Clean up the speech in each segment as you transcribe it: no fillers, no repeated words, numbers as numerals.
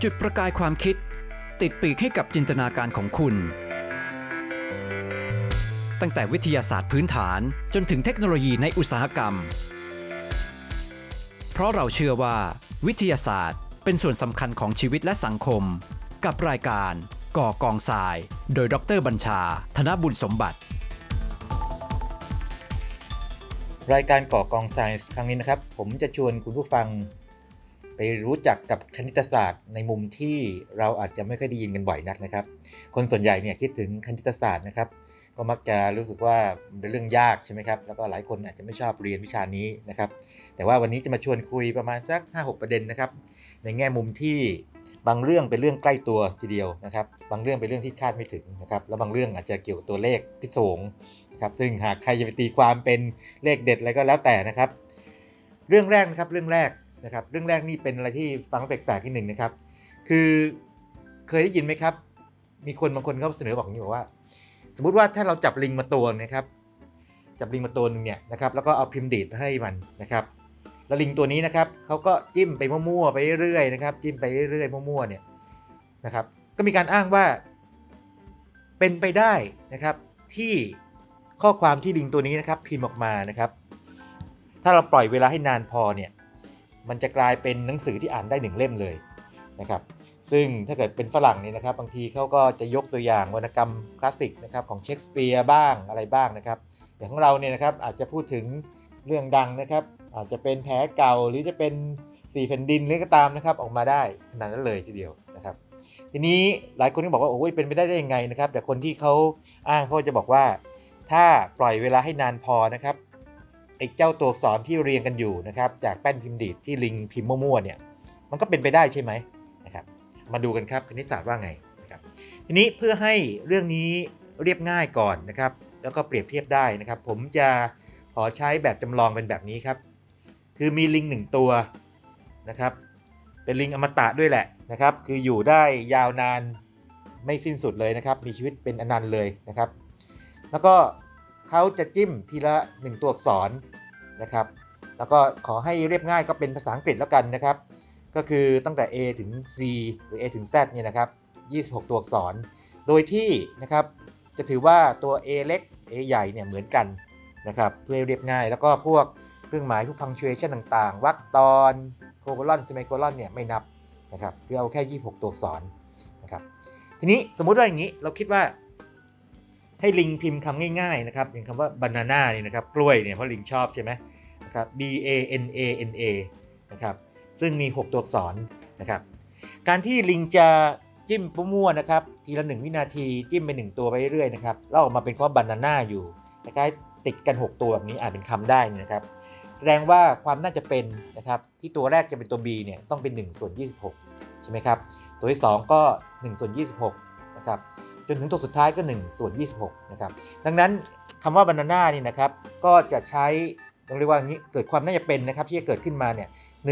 จุดประกายความคิดติดปีกให้กับจินตนาการของคุณตั้งแต่วิทยาศาสตร์พื้นฐานจนถึงเทคโนโลยีในอุตสาหกรรมเพราะเราเชื่อว่าวิทยาศาสตร์เป็นส่วนสำคัญของชีวิตและสังคมกับรายการก่อกองทรายโดยดร.บัญชา ธนบุญสมบัติรายการก่อกองไซน์ครั้งนี้นะครับผมจะชวนคุณผู้ฟังไปรู้จักกับคณิตศาสตร์ในมุมที่เราอาจจะไม่ค่อยได้ยินกันบ่อยนักนะครับคนส่วนใหญ่เนี่ยคิดถึงคณิตศาสตร์นะครับก็มักจะรู้สึกว่าเป็นเรื่องยากใช่ไหมครับแล้วก็หลายคนอาจจะไม่ชอบเรียนวิชานี้นะครับแต่ว่าวันนี้จะมาชวนคุยประมาณสัก 5-6 ประเด็นนะครับในแง่มุมที่บางเรื่องเป็นเรื่องใกล้ตัวทีเดียวนะครับบางเรื่องเป็นเรื่องที่คาดไม่ถึงนะครับแล้วบางเรื่องอาจจะเกี่ยวกับตัวเลขพิศวงนะครับซึ่งหากใครจะไปตีความเป็นเลขเด็ดอะไรก็แล้วแต่นะครับเรื่องแรกนี่เป็นอะไรที่ฟังแปลกๆนิดนึงนะครับคือเคยได้ยินไหมครับมีคนบางคนเขาเสนอบอกอย่างนี้บอกว่าสมมุติว่าถ้าเราจับลิงมาตัวนะครับจับลิงมาตัวนึงเนี่ยนะครับแล้วก็เอาพิมพ์ดีดให้มันนะครับแล้วลิงตัวนี้นะครับเขาก็จิ้มไปมั่วๆไปเรื่อยๆนะครับจิ้มไปเรื่อยๆมั่วๆเนี่ยนะครับก็มีการอ้างว่าเป็นไปได้นะครับที่ข้อความที่ลิงตัวนี้นะครับพิมพ์ออกมานะครับถ้าเราปล่อยเวลาให้นานพอเนี่ยมันจะกลายเป็นหนังสือที่อ่านได้1เล่มเลยนะครับซึ่งถ้าเกิดเป็นฝรั่งนี่นะครับบางทีเขาก็จะยกตัวอย่างวรรณกรรมคลาสสิกนะครับของเชคสเปียร์บ้างอะไรบ้างนะครับอย่างของเราเนี่ยนะครับอาจจะพูดถึงเรื่องดังนะครับอาจจะเป็นแผลเก่าหรือจะเป็น4แผ่นดินหรือก็ตามนะครับออกมาได้ขนาดนั้นเลยทีเดียวนะครับทีนี้หลายคนก็บอกว่าโอ้ยเป็นไปได้ยังไงนะครับแต่คนที่เขาอ้างเขาจะบอกว่าถ้าปล่อยเวลาให้นานพอนะครับไอ้เจ้าตัวอักษรที่เรียงกันอยู่นะครับจากแป้นพิมพ์ดีดที่ลิงพิมพ์มั่วๆเนี่ยมันก็เป็นไปได้ใช่ไหมนะครับมาดูกันครับคณิตศาสตร์ว่าไงนะครับทีนี้เพื่อให้เรื่องนี้เรียบง่ายก่อนนะครับแล้วก็เปรียบเทียบได้นะครับผมจะขอใช้แบบจำลองเป็นแบบนี้ครับคือมีลิง1ตัวนะครับเป็นลิงอมตะด้วยแหละนะครับคืออยู่ได้ยาวนานไม่สิ้นสุดเลยนะครับมีชีวิตเป็นอนันต์เลยนะครับแล้วก็เขาจะจิ้มทีละ1ตัวอักษรนะครับแล้วก็ขอให้เรียบง่ายก็เป็นภาษาอังกฤษแล้วกันนะครับก็คือตั้งแต่ A ถึง C หรือ A ถึง Z เนี่ยนะครับ26ตัวอักษรโดยที่นะครับจะถือว่าตัว A เล็ก A ใหญ่เนี่ยเหมือนกันนะครับเพื่อให้เรียบง่ายแล้วก็พวกเครื่องหมายพวก punctuation ต่างๆวรรคตอนโคโลนเซมิโคลอนเนี่ยไม่นับนะครับคือเอาแค่26ตัวอักษรนะครับทีนี้สมมุติว่าอย่างนี้เราคิดว่าให้ลิงพิมพ์คำง่ายๆนะครับอย่างคำว่า banana นี่นะครับกล้วยเนี่ยเพราะลิงชอบใช่ไหมนะครับ BANANA นะครับซึ่งมี6ตัวอักษรนะครับการที่ลิงจะจิ้มมั่วๆนะครับทีละ1วินาทีจิ้มไป1ตัวไปเรื่อยๆนะครับแล้วออกมาเป็นคำว่า banana อยู่นะครับติดกัน6ตัวแบบนี้อ่านเป็นคำได้นะครับแสดงว่าความน่าจะเป็นนะครับที่ตัวแรกจะเป็นตัว B เนี่ยต้องเป็น1/26ใช่ไหมครับตัวที่2ก็1/26นะครับจนถึงตัวสุดท้ายก็1/26นะครับดังนั้นคำว่า banana นี่นะครับก็จะใช้ต้องเรียกว่าอย่างนี้เกิดความน่าจะเป็นนะครับที่จะเกิดขึ้นมาเนี่ย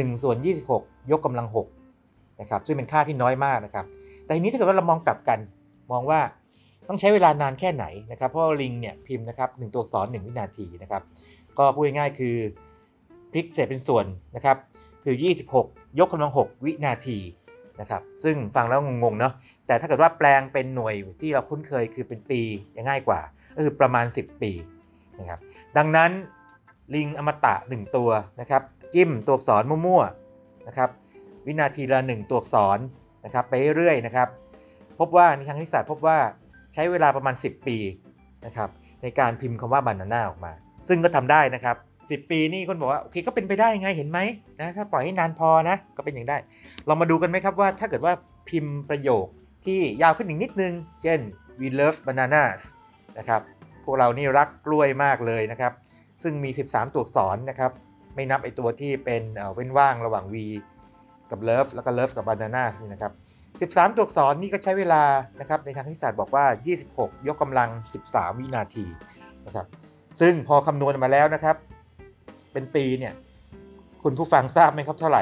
1/26ยกกำลัง6นะครับซึ่งเป็นค่าที่น้อยมากนะครับแต่ทีนี้ถ้าเกิดว่าเรามองกลับกันมองว่าต้องใช้เวลานานแค่ไหนนะครับเพราะลิงเนี่ยพิมพ์นะครับ1ตัวอักษร1วินาทีนะครับก็พูดง่ายๆคือพลิกเศษเป็นส่วนนะครับคือ26ยกกำลัง6วินาทีนะครับซึ่งฟังแล้วงงๆเนาะแต่ถ้าเกิดว่าแปลงเป็นหน่วยที่เราคุ้นเคยคือเป็นปีจะง่ายกว่าก็คือประมาณ10ปีนะครับดังนั้นลิงอมตะ1ตัวนะครับจิ้มตัวอักษรมั่วๆนะครับวินาทีละ1ตัวอักษรนะครับไปเรื่อยๆนะครับพบว่าในทางคณิตศาสตร์พบว่าใช้เวลาประมาณ10ปีนะครับในการพิมพ์คำว่า banana ออกมาซึ่งก็ทำได้นะครับ10ปีนี่คนบอกว่าโอเคก็เป็นไปได้ไงเห็นไหมนะถ้าปล่อยให้นานพอนะก็เป็นอย่างได้ลองมาดูกันไหมครับว่าถ้าเกิดว่าพิมพ์ประโยคที่ยาวขึ้นอีกนิดนึงเช่น we love bananas นะครับพวกเรานี่รักกล้วยมากเลยนะครับซึ่งมี13ตัวอักษรนะครับไม่นับไอตัวที่เป็นเว้นว่างระหว่าง v กับ love แล้วก็ love กับ bananas นี่นะครับ13ตัวอักษรนี่ก็ใช้เวลานะครับในทางคณิตศาสตร์บอกว่า26ยกกำลัง13วินาทีนะครับซึ่งพอคำนวณมาแล้วนะครับเป็นปีเนี่ยคุณผู้ฟังทราบไหมครับเท่าไหร่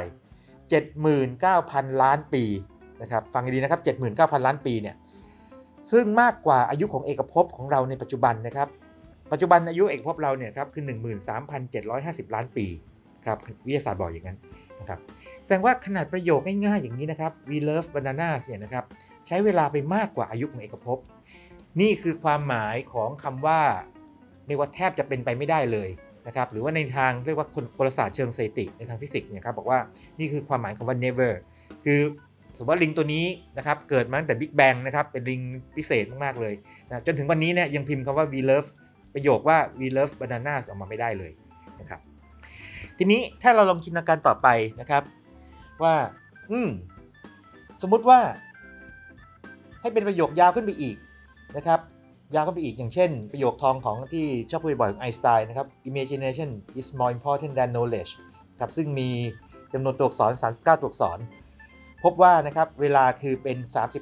79,000 ล้านปีนะครับฟังดีนะครับ 79,000 ล้านปีเนี่ยซึ่งมากกว่าอายุของเอกภพของเราในปัจจุบันนะครับปัจจุบันอายุเอกภพเราเนี่ยครับคือ 13,750 ล้านปีครับวิทยาศาสตร์บอกอย่างนั้นนะครับแสดงว่าขนาดประโยคง่ายๆอย่างนี้นะครับ we love bananas เนี่ยนะครับใช้เวลาไปมากกว่าอายุของเอกภพนี่คือความหมายของคำว่าเรียกว่าแทบจะเป็นไปไม่ได้เลยนะครับหรือว่าในทางเรียกว่าคนกลศาสตร์เชิงสถิติในทางฟิสิกส์เนี่ยครับบอกว่านี่คือความหมายคำว่า never คือสมมติว่าลิงตัวนี้นะครับเกิดมาตั้งแต่ Big Bang นะครับเป็นลิงพิเศษมากๆเลยนะจนถึงวันนี้เนี่ยยังพิมพ์คำว่า we love ประโยคว่า we love bananas ออกมาไม่ได้เลยนะครับทีนี้ถ้าเราลองจินตนาการต่อไปนะครับว่าสมมุติว่าให้เป็นประโยคยาวขึ้นไปอีกนะครับยาวขึ้นไปอีกอย่างเช่นประโยคทองของที่ชอบพูดบ่อยของไอน์สไตน์นะครับ imagination is more important than knowledge ครับซึ่งมีจำนวนตัวอักษร39ตัวอักษรพบว่านะครับเวลาคือเป็น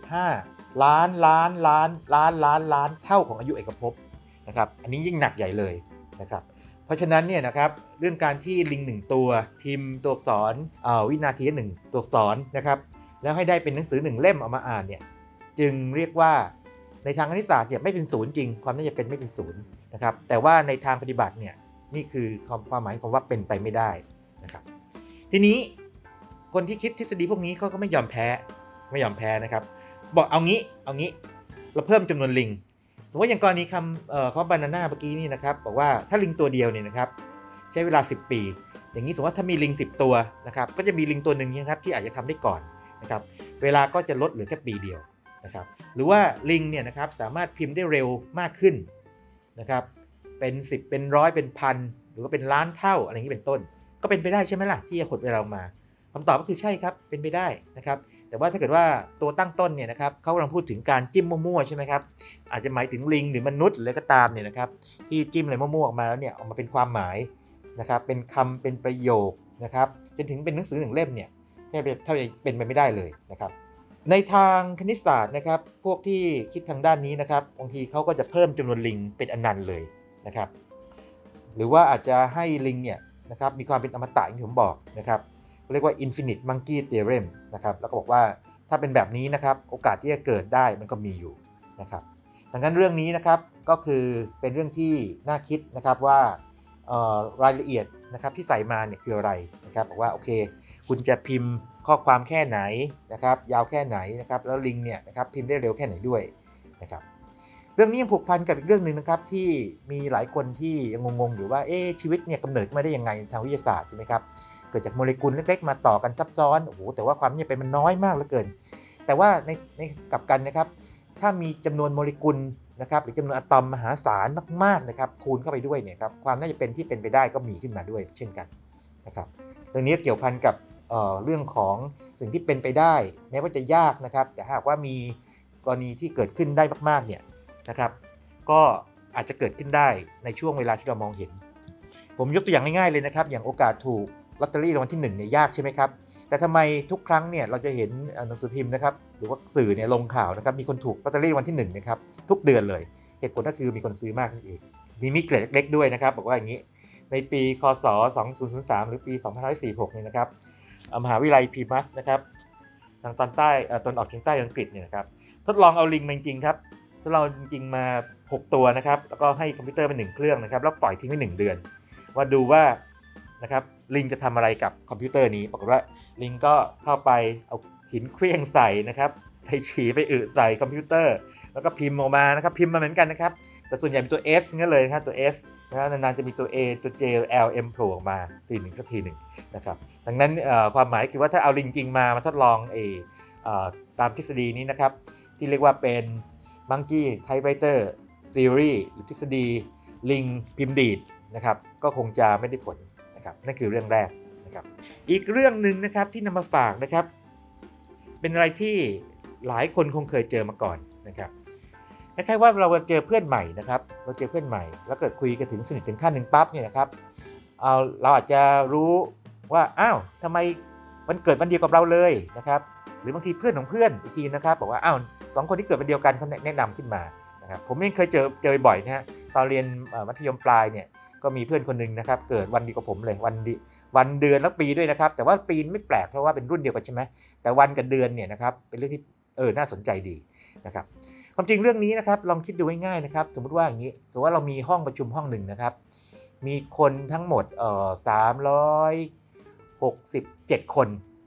35ล้านเท่าของอายุเอกภพนะครับอันนี้ยิ่งหนักใหญ่เลยนะครับเพราะฉะนั้นเนี่ยนะครับเรื่องการที่ลิง1ตัวพิมพ์ตัวอักษรวินาทีละ1ตัวอักษรนะครับแล้วให้ได้เป็นหนังสือ1เล่มเอามาอ่านเนี่ยจึงเรียกว่าในทางคณิตศาสตร์เนี่ยไม่เป็นศูนย์จริงความน่าจะเป็นไม่เป็นศูนย์นะครับแต่ว่าในทางปฏิบัติเนี่ยนี่คือความหมายของว่าเป็นไปไม่ได้นะครับทีนี้คนที่คิดทฤษฎีพวกนี้เขาก็ไม่ยอมแพ้นะครับบอกเอางี้เราเพิ่มจำนวนลิงสมมติอย่างกรณีเขาบานาน่าเมื่อกี้นี่นะครับบอกว่าถ้าลิงตัวเดียวเนี่ยนะครับใช้เวลา10ปีอย่างนี้สมมติว่าถ้ามีลิง10ตัวนะครับก็จะมีลิงตัวหนึ่งนะครับที่อาจจะทำได้ก่อนนะครับเวลาก็จะลดเหลือแค่ปีเดียวนะครับหรือว่าลิงเนี่ยนะครับสามารถพิมพ์ได้เร็วมากขึ้นนะครับเป็น10เป็น100เป็นพันหรือว่าเป็นล้านเท่าอะไรอย่างนี้เป็นต้นก็เป็นไปได้ใช่ไหมล่ะที่จะหดเวลามาคำตอบก็คือใช่ครับเป็นไปได้นะครับแต่ว่าถ้าเกิดว่าตัวตั้งต้นเนี่ยนะครับเขากำลังพูดถึงการจิ้มมั่วๆใช่ไหมครับอาจจะหมายถึงลิงหรือมนุษย์หรืออะไรก็ตามเนี่ยนะครับที่จิ้มอะไรมั่วๆออกมาแล้วเนี่ยออกมาเป็นความหมายนะครับเป็นคำเป็นประโยคนะครับจนถึงเป็นหนังสือ1เล่มเนี่ยแทบจะเป็นไปไม่ได้เลยนะครับในทางคณิตศาสตร์นะครับพวกที่คิดทางด้านนี้นะครับบางทีเขาก็จะเพิ่มจำนวนลิงเป็นอนันต์เลยนะครับหรือว่าอาจจะให้ลิงเนี่ยนะครับมีความเป็นอมตะอย่างที่ผมบอกนะครับเรียกว่า infinite monkey theorem นะครับแล้วก็บอกว่าถ้าเป็นแบบนี้นะครับโอกาสที่จะเกิดได้มันก็มีอยู่นะครับดังนั้นเรื่องนี้นะครับก็คือเป็นเรื่องที่น่าคิดนะครับว่ารายละเอียดนะครับที่ใส่มาเนี่ยคืออะไรนะครับบอกว่าโอเคคุณจะพิมพ์ข้อความแค่ไหนนะครับยาวแค่ไหนนะครับแล้วลิงเนี่ยนะครับพิมพ์ได้เร็วแค่ไหนด้วยนะครับเรื่องนี้ยังผูกพันกับอีกเรื่องนึงนะครับที่มีหลายคนที่ยังงงๆอยู่ว่าชีวิตเนี่ยกำเนิดมาได้ยังไงทางวิทยาศาสตร์ใช่ไหมครับเกิดจากโมเลกุลเล็กๆมาต่อกันซับซ้อนโอ้โหแต่ว่าความน่าจะเป็นมันน้อยมากเหลือเกินแต่ว่าในกลับกันนะครับถ้ามีจำนวนโมเลกุลนะครับหรือจำนวนอะตอมมหาศาลมากๆนะครับคูณเข้าไปด้วยเนี่ยครับความน่าจะเป็นที่เป็นไปได้ก็มีขึ้นมาด้วยเช่นกันนะครับเรื่องนี้เกี่ยวพันกับเรื่องของสิ่งที่เป็นไปได้แม้ว่าจะยากนะครับแต่หากว่ามีกรณีที่เกิดขึ้นได้มากๆเนี่ยนะครับก็อาจจะเกิดขึ้นได้ในช่วงเวลาที่เรามองเห็นผมยกตัวอย่างง่ายๆเลยนะครับอย่างโอกาสถูกลอตเตอรี่รางวัลที่1เนี่ยยากใช่ไหมครับแต่ทำไมทุกครั้งเนี่ยเราจะเห็นหนังสือพิมพ์นะครับหรือว่าสื่อเนี่ยลงข่าวนะครับมีคนถูกลอตเตอรี่รางวัลที่1นะครับทุกเดือนเลยเหตุผลก็คือมีคนซื้อมากนั่นเองมีเกร็ดเล็กๆด้วยนะครับบอกว่าอย่างนี้ในปีคศ2003หรือปี2546เนี่ยนะครับมหาวิทยาลัยพีมัสนะครับทางตอนใต้ตอนออกเฉียงใต้อังกฤษเนี่ยนะครับทดลองเอาลิงมาจริงๆครับทดลองจริงๆมา6ตัวนะครับแล้วก็ให้คอมพิวเตอร์ไป1เครื่องนะครับแล้วปล่อยทิ้งไว้1เดือนว่าดูว่านะครับลิงจะทำอะไรกับคอมพิวเตอร์นี้ปรากฏว่าลิงก็เข้าไปเอาหินเครื่องใส่นะครับไปฉี่ไปอึใส่คอมพิวเตอร์แล้วก็พิมพ์ออกมานะครับพิมพ์มาเหมือนกันนะครับแต่ส่วนใหญ่เป็นตัว S งั้นเลยนะครับตัว S นะนานๆจะมีตัว A ตัว J L M โผล่ออกมาทีหนึ่งนะครับดังนั้นความหมายคือว่าถ้าเอาลิงจริงมาทดลองตามทฤษฎีนี้นะครับที่เรียกว่าเป็น Monkey Typewriter Theory หรือทฤษฎีลิงพิมพ์ดีดนะครับก็คงจะไม่ได้ผลนะครับนั่นคือเรื่องแรกนะครับอีกเรื่องหนึ่งนะครับที่นำมาฝากนะครับเป็นอะไรที่หลายคนคงเคยเจอมาก่อนนะครับคล้ายๆว่าเราเจอเพื่อนใหม่นะครับเราเจอเพื่อนใหม่แล้วเกิดคุยกันถึงสนิทถึงขั้นหนึ่งปั๊บเนี่ยนะครับเราอาจจะรู้ว่าอ้าวทำไมวันเกิดวันเดียวกับเราเลยนะครับหรือบางทีเพื่อนของเพื่อนอีกทีนะครับบอกว่าอ้าว2คนที่เกิดวันเดียวกันเขาแนะนำขึ้นมานะครับผมเองเคยเจอบ่อยนะฮะตอนเรียนมัธยมปลายเนี่ยก็มีเพื่อนคนนึงนะครับเกิดวันเดียวกับผมเลยวันเดือนและปีด้วยนะครับแต่ว่าปีไม่แปลกเพราะว่าเป็นรุ่นเดียวกันใช่ไหมแต่วันกับเดือนเนี่ยนะครับเป็นเรื่องที่น่าสนใจดีนะครับความจริงเรื่องนี้นะครับลองคิดดูง่ายๆนะครับสมมุติว่าอย่างนี้สมมติว่าเรามีห้องประชุมห้องหนึ่งนะครับมีคนทั้งหมด367 คน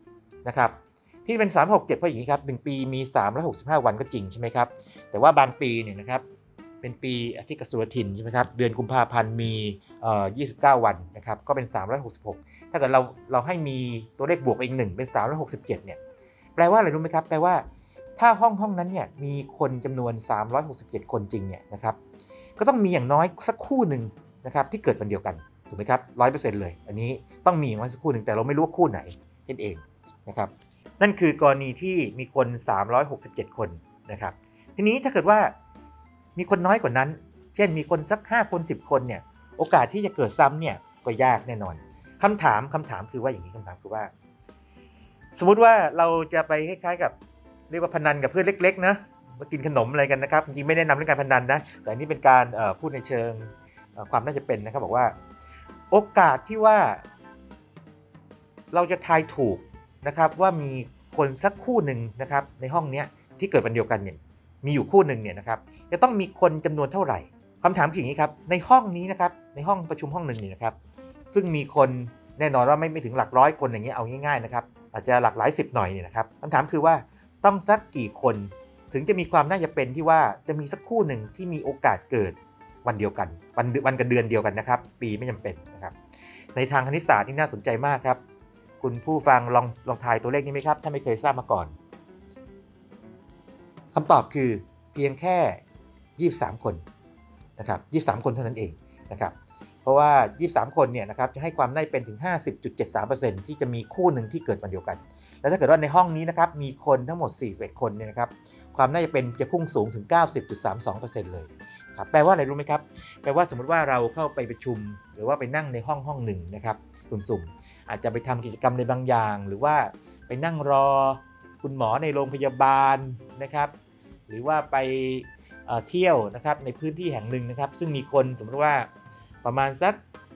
นะครับที่เป็น367เพราะอย่างนี้ครับ1ปีมี365วันก็จริงใช่ไหมครับแต่ว่าบางปีเนี่ยนะครับเป็นปีอาทิตย์กสุรทินใช่ไหมครับเดือนกุมภาพันธ์มี29วันนะครับก็เป็น366ถ้าเกิดเราให้มีตัวเลขบวกไปอีก1เป็น367เนี่ยแปลว่าอะไรรู้ไหมครับแปลว่าถ้าห้องนั้นเนี่ยมีคนจำนวน367คนจริงเนี่ยนะครับก็ต้องมีอย่างน้อยสักคู่หนึ่งนะครับที่เกิดวันเดียวกันถูกไหมครับ 100% เลยอันนี้ต้องมีอย่างน้อยสักคู่หนึ่งแต่เราไม่รู้ว่าคู่ไหนนั่นเองนะครับนั่นคือกรณีที่มีคน367คนนะครับทีนี้ถ้าเกิดว่ามีคนน้อยกว่านั้นเช่นมีคนสัก5คน10คนเนี่ยโอกาสที่จะเกิดซ้ำเนี่ยก็ยากแน่นอนคำถามคือว่าอย่างนี้คำถามคือว่าสมมุติว่าเราจะไปคล้ายๆกับเรียกว่าพนันกับเพื่อนเล็กๆนะมากินขนมอะไรกันนะครับจริงๆไม่แนะนำเรื่องการพนันนะแต่อันนี้เป็นการพูดในเชิงความน่าจะเป็นนะครับบอกว่าโอกาสที่ว่าเราจะทายถูกนะครับว่ามีคนสักคู่หนึ่งนะครับในห้องนี้ที่เกิดวันเดียวกันเนี่ยมีอยู่คู่หนึ่งเนี่ยนะครับจะต้องมีคนจำนวนเท่าไหร่คำถามคืออย่างนี้ครับในห้องนี้นะครับในห้องประชุมห้องหนึ่งนี่นะครับซึ่งมีคนแน่นอนว่าไม่ถึงหลักร้อยคนอย่างเงี้ยเอาง่ายๆนะครับอาจจะหลักหลาย10หน่อยเนี่ยนะครับคำถามคือว่าต้องสักกี่คนถึงจะมีความน่าจะเป็นที่ว่าจะมีสักคู่หนึ่งที่มีโอกาสเกิดวันเดียวกันวันกับเดือนเดียวกันนะครับปีไม่จำเป็นนะครับในทางคณิตศาสตร์นี่น่าสนใจมากครับคุณผู้ฟังลองทายตัวเลขนี้ไหมครับถ้าไม่เคยทราบมาก่อนคำตอบคือเพียงแค่23คนนะครับ23คนเท่านั้นเองนะครับเพราะว่า23คนเนี่ยนะครับจะให้ความน่าเป็นถึง 50.73% ที่จะมีคู่หนึ่งที่เกิดวันเดียวกันแล้วถ้าเกิดว่าในห้องนี้นะครับมีคนทั้งหมด41คนเนี่ยนะครับความน่าจะเป็นจะพุ่งสูงถึง 90.32% เลยครับแปลว่าอะไรรู้ไหมครับแปลว่าสมมติว่าเราเข้าไปประชุมหรือว่าไปนั่งในห้องหนึ่งนะครับสุ่มๆอาจจะไปทำกิจกรรมในบางอย่างหรือว่าไปนั่งรอคุณหมอในโรงพยาบาลนะครับหรือว่าไปเที่ยวนะครับในพื้นที่แห่งหนึ่งนะครับซึ่งมีคนสมมติว่าประมาณสัก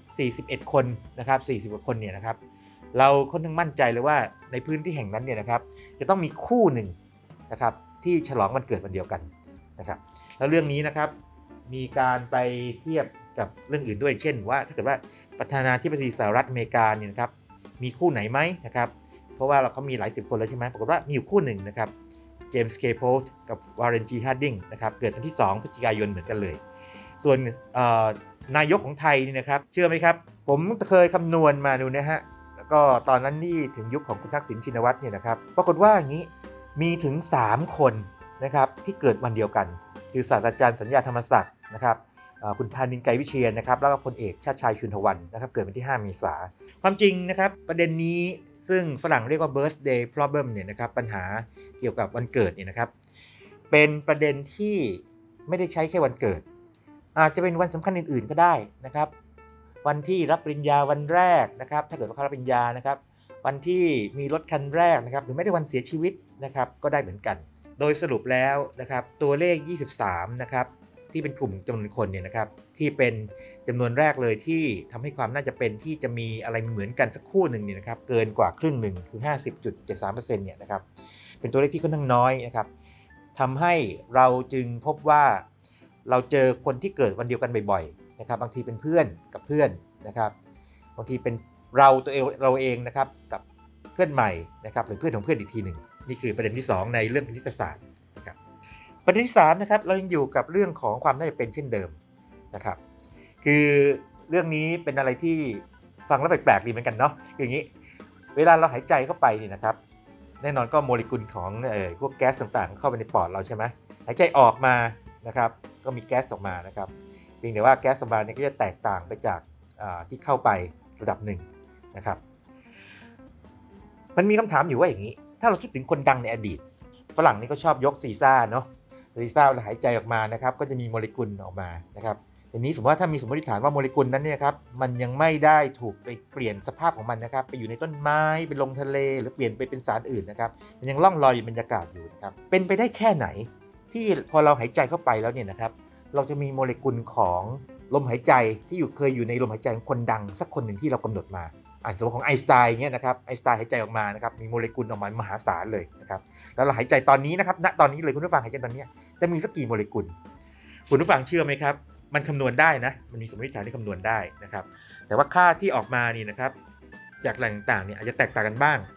41คนนะครับ40กว่าคนเนี่ยนะครับเราค่อนข้างมั่นใจเลยว่าในพื้นที่แห่งนั้นเนี่ยนะครับจะต้องมีคู่หนึ่งนะครับที่ฉลองวันเกิดวันเดียวกันนะครับแล้วเรื่องนี้นะครับมีการไปเทียบกับเรื่องอื่นด้วยเช่นว่าถ้าเกิดว่าประธานาธิบดีสหรัฐอเมริกาเนี่ยนะครับมีคู่ไหนไหมนะครับเพราะว่าเขามีหลายสิบคนแล้วใช่ไหมปรากฏว่ามีอยู่คู่หนึ่งนะครับเจมส์เคโพลกับวาร์เรนจีฮาร์ดิงนะครับเกิดวันที่2พฤศจิกายนเหมือนกันเลยส่วนนายกของไทยนี่นะครับเชื่อไหมครับผมเคยคำนวณมาดูนะฮะแล้วก็ตอนนั้นนี่ถึงยุคของคุณทักษิณชินวัตรเนี่ยนะครับปรากฏว่าอย่างนี้มีถึง3คนนะครับที่เกิดวันเดียวกันคือศาสตราจารย์สัญญาธรรมศักดิ์นะครับคุณธานินทร์ไกรวิเชียรนะครับแล้วก็พลเอกชาติชายชุนทวันนะครับเกิดวันที่5 เมษายนความจริงนะครับประเด็นนี้ซึ่งฝรั่งเรียกว่า birthday problem เนี่ยนะครับปัญหาเกี่ยวกับวันเกิดเนี่ยนะครับเป็นประเด็นที่ไม่ได้ใช้แค่วันเกิดอาจจะเป็นวันสำคัญอื่นๆก็ได้นะครับวันที่รับปริญญาวันแรกนะครับถ้าเกิดว่าเขารับปริญญานะครับวันที่มีรถคันแรกนะครับหรือไม่ได้วันเสียชีวิตนะครับก็ได้เหมือนกันโดยสรุปแล้วนะครับตัวเลข23นะครับที่เป็นกลุ่มจำนวนคนเนี่ยนะครับที่เป็นจำนวนแรกเลยที่ทำให้ความน่าจะเป็นที่จะมีอะไรเหมือนกันสักคู่หนึ่งเนี่ยนะครับเกินกว่าครึ่งหนึ่งคือ 50.73% เนี่ยนะครับเป็นตัวเลขที่ค่อนข้างน้อยนะครับทำให้เราจึงพบว่าเราเจอคนที่เกิดวันเดียวกันบ่อยๆนะครับบางทีเป็นเพื่อนกับเพื่อนนะครับบางทีเป็นเราเองนะครับกับเพื่อนใหม่นะครับหรือเพื่อนของเพื่อนอีกทีหนึ่งนี่คือประเด็นที่2ในเรื่องคณิตศาสตร์นะครับประเด็นที่3นะครับเรายังอยู่กับเรื่องของความน่าจะเป็นเช่นเดิมนะครับคือเรื่องนี้เป็นอะไรที่ฟังแล้วแปลกๆดีเหมือนกันเนาะคืออย่างนี้เวลาเราหายใจเข้าไปนี่นะครับแน่นอนก็โมเลกุลของพวกแก๊สต่างๆเข้าไปในปอดเราใช่ไหมหายใจออกมานะครับก็มีแก๊สออกมานะครับเพียงแต่ว่าแก๊สออกมาเนี่ยก็จะแตกต่างไปจากที่เข้าไประดับหนึ่งนะครับมันมีคำถามอยู่ว่าอย่างนี้ถ้าเราคิดถึงคนดังในอดีตฝรั่งนี่ก็ชอบยกซีซ่าเนาะซีซ่าเราหายใจออกมานะครับก็จะมีโมเลกุลออกมานะครับทีนี้สมมติว่าถ้ามีสมมติฐานว่าโมเลกุลนั้นเนี่ยครับมันยังไม่ได้ถูกไปเปลี่ยนสภาพของมันนะครับไปอยู่ในต้นไม้ไปลงทะเลหรือเปลี่ยนไปเป็นสารอื่นนะครับมันยังล่องลอยอยู่บรรยากาศอยู่นะครับเป็นไปได้แค่ไหนที่พอเราหายใจเข้าไปแล้วเนี่ยนะครับเราจะมีโมเลกุลของลมหายใจที่เคยอยู่ในลมหายใจของคนดังสักคนหนึ่งที่เรากำหนดมาสมมติของไอน์สไตน์เงี้ยนะครับไอน์สไตน์หายใจออกมานะครับมีโมเลกุลออกมามหาศาลเลยนะครับแล้วเราหายใจตอนนี้นะครับณตอนนี้เลยคุณผู้ฟังหายใจตอนนี้จะมีสักกี่โมเลกุลคุณผู้ฟังเชื่อไหมครับมันคำนวณได้นะมันมีสมมติฐานที่คำนวณได้นะครับแต่ว่าค่าที่ออกมานี่นะครับจากแหล่งต่างๆเนี่ยอาจจะแตกต่างกันบ้าง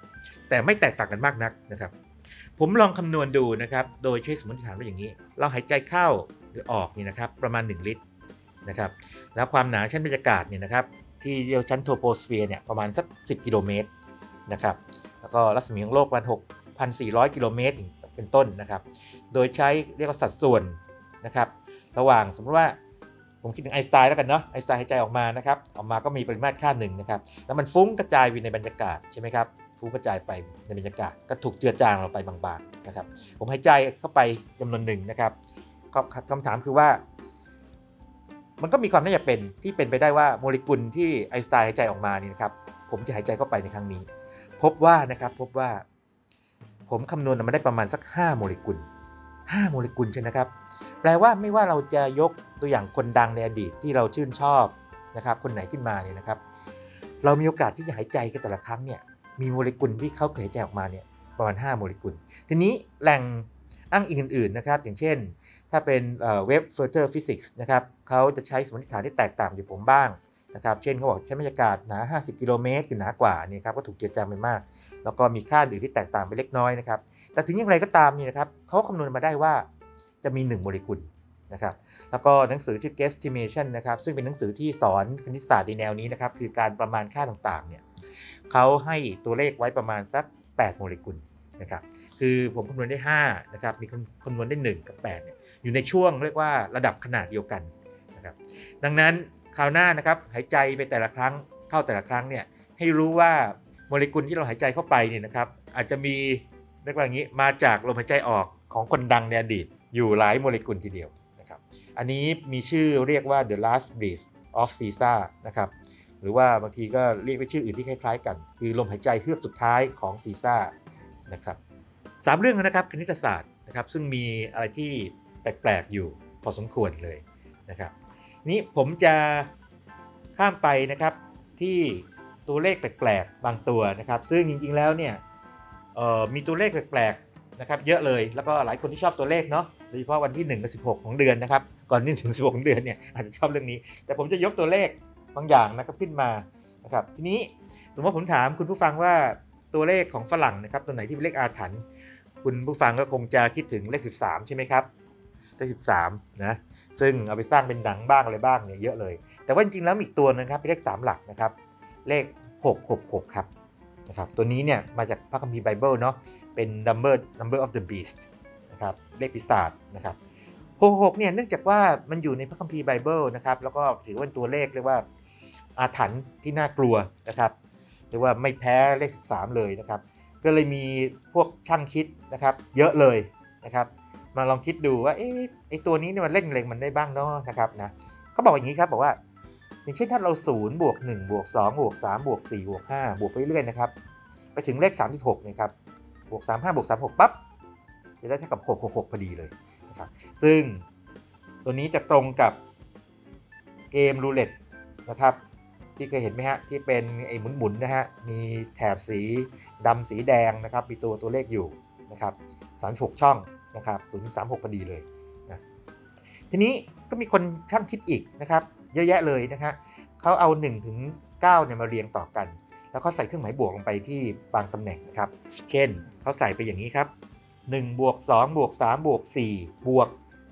แต่ไม่แตกต่างกันมากนักนะครับผมลองคำนวณดูนะครับโดยใช้สมมติฐานว่าอย่างนี้เราหายใจเข้าหรือออกนี่นะครับประมาณ1ลิตรนะครับแล้วความหนาชั้นบรรยากาศเนี่ยนะครับที่เรียกชั้นโทโปสเฟียร์เนี่ยประมาณสัก10กิโลเมตรนะครับแล้วก็รัศมีของโลกประมาณ6,400 กิโลเมตรเป็นต้นนะครับโดยใช้เรียกว่าสัดส่วนนะครับระหว่างสมมติว่าผมคิดถึงไอน์สไตน์แล้วกันเนาะไอน์สไตน์หายใจออกมานะครับออกมาก็มีปริมาตรค่าหนึ่งนะครับแล้วมันฟุ้งกระจายอยู่ในบรรยากาศใช่ไหมครับฟุ้งกระจายไปในบรรยากาศก็ถูกเจือจางเราไปบางๆนะครับผมหายใจเข้าไปจำนวนหนึ่งนะครับคำถามคือว่ามันก็มีความน่าจะเป็นที่เป็นไปได้ว่าโมเลกุลที่ไอน์สไตน์หายใจออกมานี่นะครับผมจะหายใจเข้าไปในครั้งนี้พบว่าผมคำนวณมาได้ประมาณสัก5โมเลกุล5โมเลกุลใช่ไหมครับแปลว่าไม่ว่าเราจะยกตัวอย่างคนดังในอดีตที่เราชื่นชอบนะครับคนไหนขึ้นมาเนี่ยนะครับเรามีโอกาสที่จะหายใจกันแต่ละครั้งเนี่ยมีโมเลกุลที่เขาเคยหายใจออกมาเนี่ยประมาณ5โมเลกุลทีนี้แหล่งอ้างอิงอื่นๆนะครับอย่างเช่นถ้าเป็นเว็บ Further Physics นะครับเขาจะใช้สมมติฐานที่แตกต่างจากผมบ้างนะครับเช่นเขาบอกชั้นบรรยากาศหนา50กิโลเมตรคือหนากว่านี่ครับก็ถูกเจือจางไปมากแล้วก็มีค่าอื่นที่แตกต่างไปเล็กน้อยนะครับแต่ถึงอย่างไรก็ตามนี่นะครับเขาคำนวณมาได้ว่าจะมี1โมเลกุลนะครับแล้วก็หนังสือชื่อ Guesstimation นะครับซึ่งเป็นหนังสือที่สอนคณิตศาสตร์ในแนวนี้นะครับคือการประมาณค่าต่างๆเนี่ยเขาให้ตัวเลขไว้ประมาณสัก8โมเลกุลนะครับคือผมคำนวณได้5นะครับมีคำนวณได้1กับ8เนี่ยอยู่ในช่วงเรียกว่าระดับขนาดเดียวกันนะครับดังนั้นคราวหน้านะครับหายใจไปแต่ละครั้งเข้าแต่ละครั้งเนี่ยให้รู้ว่าโมเลกุลที่เราหายใจเข้าไปเนี่ยนะครับอาจจะมีเรียกว่าอย่างนี้มาจากลมหายใจออกของคนดังในอดีตอยู่หลายโมเลกุลทีเดียวนะครับอันนี้มีชื่อเรียกว่า the last breath of Caesar นะครับหรือว่าบางทีก็เรียกด้วยชื่ออื่นที่คล้ายๆกันคือลมหายใจเฮือกสุดท้ายของซีซ่านะครับ3เรื่องนะครับคณิตศาสตร์นะครับซึ่งมีอะไรที่แปลกๆอยู่พอสมควรเลยนะครับนี้ผมจะข้ามไปนะครับที่ตัวเลขแปลกๆบางตัวนะครับซึ่งจริงๆแล้วเนี่ยมีตัวเลขแปลกๆนะครับเยอะเลยแล้วก็หลายคนที่ชอบตัวเลขเนาะโดยเฉพาะวันที่1กับ16ของเดือนนะครับก่อนที่ถึง16ของเดือนเนี่ยอาจจะชอบเรื่องนี้แต่ผมจะยกตัวเลขบางอย่างนะครับขึ้นมานะครับทีนี้สมมติผมถามคุณผู้ฟังว่าตัวเลขของฝรั่งนะครับตัวไหนที่เป็นเลขอาถรรพ์คุณผู้ฟังก็คงจะคิดถึงเลข13ใช่ไหมครับเลข13นะซึ่งเอาไปสร้างเป็นหนังบ้างอะไรบ้างเนี่ยเยอะเลยแต่ว่าจริงๆแล้วมีอีกตัวนึงครับเป็นเลข3หลักนะครับเลข666ครับนะครับตัวนี้เนี่ยมาจากพระคัมภีร์ไบเบิลเนาะเป็น number of the beast นะครับเลขปีศาจนะครับ666เนี่ยเนื่องจากว่ามันอยู่ในพระคัมภีร์ไบเบิลนะครับแล้วก็ถือว่าเป็นตัวเลขเรียกว่าอาถรรพ์ที่น่ากลัวนะครับเรียกว่าไม่แพ้เลข13เลยนะครับก็เลยมีพวกช่างคิดนะครับเยอะเลยนะครับมาลองคิดดูว่าไอ้ตัวนี้เนี่ยมันเล่นอะไรมันได้บ้างเนาะนะครับนะเขาบอกอย่างนี้ครับบอกว่าอย่างเช่นถ้าเรา0บวก1บวก2บวก3บวก4บวก5บวกไปเรื่อยๆนะครับไปถึงเลข36เนี่ยครับบวก35บวก36ปั๊บจะได้เท่ากับ666พอดีเลยนะครับซึ่งตัวนี้จะตรงกับเกมรูเล็ตนะครับที่เคยเห็นไหมฮะที่เป็นไอ้หมุนๆนะฮะมีแถบสีดำสีแดงนะครับมีตัวเลขอยู่นะครับ36ช่องนะครับ036พอดีเลยนะทีนี้ก็มีคนช่างคิดอีกนะครับเยอะแยะเลยนะฮะเขาเอา1ถึง9เนี่ยมาเรียงต่อกันแล้วเขาใส่เครื่องหมายบวกลงไปที่บางตำแหน่งนะครับเช่นเขาใส่ไปอย่างนี้ครับ1บวก2บวก3บวก4บวก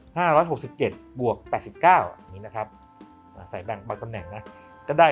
567บวก89อย่างนี้นะครับใส่บางตำแหน่งนะจะได้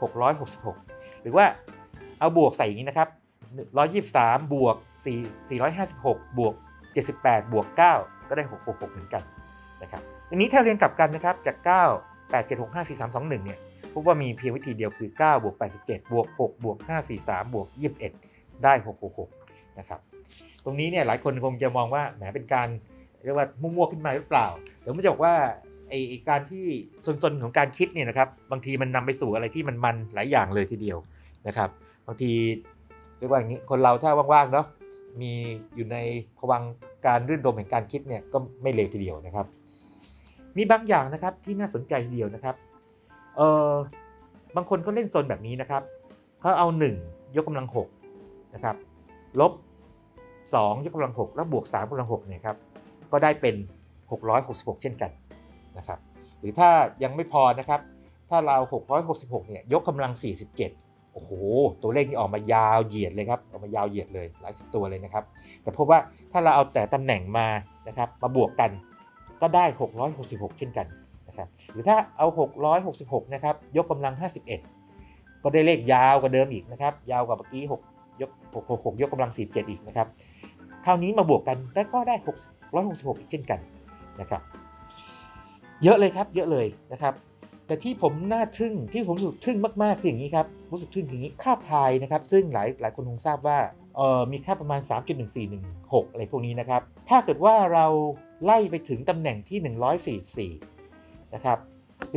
666หรือว่าเอาบวกใส่อย่างนี้นะครับ123บวก456บวก78บวก9ก็ได้666เหมือนกันนะครับอันนี้ถ้าเรียงกลับกันนะครับจาก9 8 7 6 5 4 3 2 1เนี่ยพบว่ามีเพียงวิธีเดียวคือ9บวก87บวก6บวก543บวก21ได้666นะครับตรงนี้เนี่ยหลายคนคงจะมองว่าแหมเป็นการเรียกว่ามั่วๆขึ้นมาหรือเปล่าเดี๋ยวผมจะบอกว่าไอ้การที่ซนๆของการคิดเนี่ยนะครับบางทีมันนำไปสู่อะไรที่มันหลายอย่างเลยทีเดียวนะครับบางทีเรียกว่าอย่างนี้คนเราถ้าว่างๆเนาะมีอยู่ในภวังค์การรื่นรมย์แห่งการคิดเนี่ยก็ไม่เลวทีเดียวนะครับมีบางอย่างนะครับที่น่าสนใจทีเดียวนะครับบางคนก็เล่นโซนแบบนี้นะครับเขาเอา1ยกกำลัง6นะครับลบ2ยกกำลัง6แล้วบวก3กำลัง6เนี่ยครับก็ได้เป็น666เช่นกันนะครับหรือถ้ายังไม่พอนะครับถ้าเรา666เนี่ยยกกำลัง47 โอ้โหตัวเลขนี้ออกมายาวเหยียดเลยครับออกมายาวเหยียดเลยหลายสิบตัวเลยนะครับแต่พบว่าถ้าเราเอาแต่ตำแหน่งมานะครับมาบวกกันก็ได้666เช่นกันนะครับหรือถ้าเอา666นะครับยกกำลัง51ก็ได้เลขยาวกว่าเดิมอีกนะครับยาวกว่าเมื่อกี้6ยก666ยกกำลัง47อีกนะครับคราวนี้มาบวกกันก็ได้666อีกเช่นกันนะครับเยอะเลยครับเยอะเลยนะครับแต่ที่ผมน่าทึ่งที่ผมรู้สึกทึ่งมากๆคืออย่างนี้ครับรู้สึกทึ่งอย่างนี้ค่าพายนะครับซึ่งหลายคนคงทราบว่ามีค่าประมาณ 3.1416 อะไรพวกนี้นะครับถ้าเกิดว่าเราไล่ไปถึงตำแหน่งที่144นะครับคือ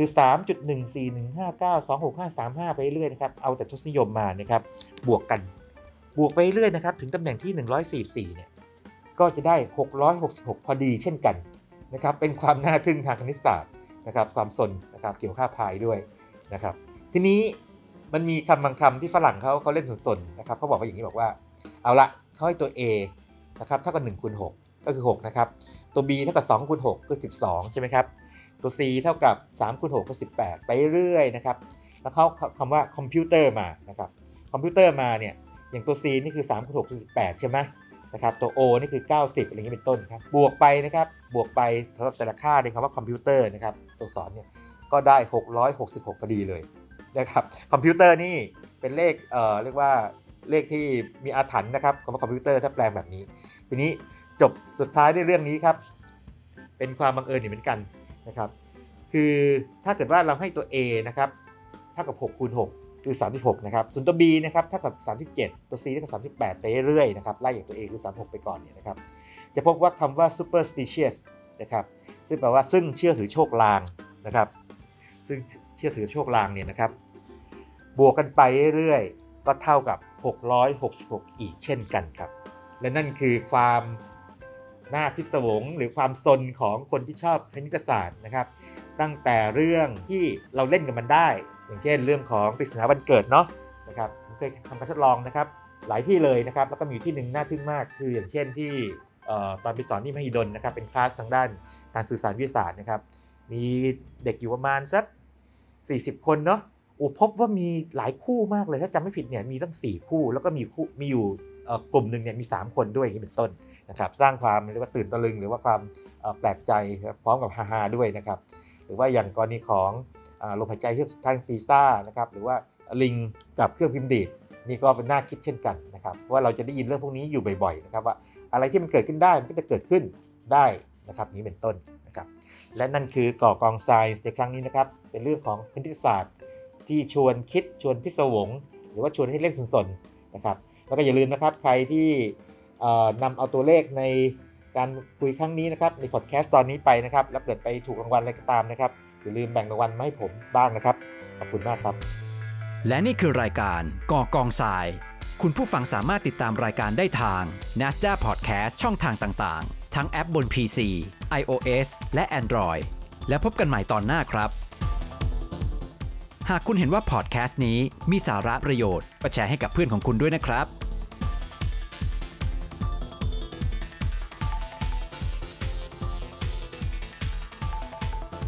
3.14159265535 ไปเรื่อยนะครับเอาแต่ทศนิยมมานะครับบวกไปเรื่อยนะครับถึงตำแหน่งที่144เนี่ยก็จะได้666พอดีเช่นกันนะครับเป็นความน่าทึ่งทางคณิตศาสตร์นะครับความสนนะครับเกี่ยวกับค่าพายด้วยนะครับทีนี้มันมีคำบางคำที่ฝรั่งเขาเล่นสนๆนะครับเขาบอกว่าอย่างนี้บอกว่าเอาละเขาให้ตัว A นะครับเท่ากับ1คูณ6ก็คือ6นะครับตัว B เท่ากับ2คูณ6ก็คือ12ใช่ไหมครับตัว C เท่ากับ3คูณ6ก็18ไปเรื่อยนะครับแล้วเขาคำว่าคอมพิวเตอร์มานะครับคอมพิวเตอร์มาเนี่ยอย่างตัว C นี่คือ3คูณ6คือ18ใช่ไหมนะครับตัว O นี่คือ90อะไรอย่างนี้เป็นต้นครับบวกไปนะครับบวกไปสำหรับแต่ละค่าในคำว่าคอมพิวเตอร์นะครับตัวสอนเนี่ยก็ได้666พอดีเลยนะครับคอมพิวเตอร์นี่เป็นเลขเรียกว่าเลขที่มีอาถรรพ์นะครับคำว่าคอมพิวเตอร์ถ้าแปลงแบบนี้ทีนี้จบสุดท้ายด้วยเรื่องนี้ครับเป็นความบังเอิญเหมือนกันนะครับคือถ้าเกิดว่าเราให้ตัว A นะครับเท่ากับ6คูณ6คือ36นะครับส่วนตัว B นะครับเท่ากับ37ตัว C เท่ากับ38ไปเรื่อยๆนะครับไล่อย่างตัว A คือ36ไปก่อนเนี่ยนะครับจะพบว่าคำว่า superstitious นะครับซึ่งแปลว่าซึ่งเชื่อถือโชคลางนะครับซึ่งเชื่อถือโชคลางเนี่ยนะครับบวกกันไปเรื่อยๆก็เท่ากับ666อีกเช่นกันครับและนั่นคือความน่าพิศวงหรือความซนของคนที่ชอบคณิตศาสตร์นะครับตั้งแต่เรื่องที่เราเล่นกับมันได้อย่างเช่นเรื่องของปริศนาวันเกิดเนาะนะครับผมเคยทำการทดลองนะครับหลายที่เลยนะครับแล้วก็มีที่หนึ่งน่าทึ่งมากคืออย่างเช่นที่ตอนไปสอนที่มหิดลนะครับเป็นคลาสทางด้านการสื่อสารวิทยาศาสตร์นะครับมีเด็กอยู่ประมาณสัก40คนเนาะพบว่ามีหลายคู่มากเลยถ้าจำไม่ผิดเนี่ยมีตั้ง4คู่แล้วก็มีอยู่กลุ่มหนึ่งเนี่ยมี3คนด้วยอย่างนี้เป็นต้นนะครับสร้างความเรียกว่าตื่นตะลึงหรือว่าความแปลกใจพร้อมกับฮาๆด้วยนะครับหรือว่าอย่างกรณีของลมหายใจทางซีซ่านะครับหรือว่าลิงจับเครื่องพิมพ์ดีดนี่ก็เป็นน่าคิดเช่นกันนะครับเพราะว่าเราจะได้ยินเรื่องพวกนี้อยู่บ่อยๆนะครับว่าอะไรที่มันเกิดขึ้นได้มันก็จะเกิดขึ้นได้นะครับนี้เป็นต้นนะครับและนั่นคือก่อกองไซน์ในครั้งนี้นะครับเป็นเรื่องของคณิตศาสตร์ที่ชวนคิดชวนพิศวงหรือว่าชวนให้เล่นสนๆนะครับแล้วก็อย่าลืมนะครับใครที่นำเอาตัวเลขในการคุยครั้งนี้นะครับในพอดแคสต์ตอนนี้ไปนะครับแล้วเกิดไปถูกรางวัลอะไรก็ตามนะครับอย่าลืมแบ่งรางวัลมาให้ผมบ้างนะครับขอบคุณมากครับและนี่คือรายการก่อกองทรายคุณผู้ฟังสามารถติดตามรายการได้ทาง NASDAQ Podcast ช่องทางต่างๆทั้งแอปบน PC, iOS และ Android แล้วพบกันใหม่ตอนหน้าครับหากคุณเห็นว่าพอดแคสต์นี้มีสาระประโยชน์ก็แชร์ให้กับเพื่อนของคุณด้วยนะครับ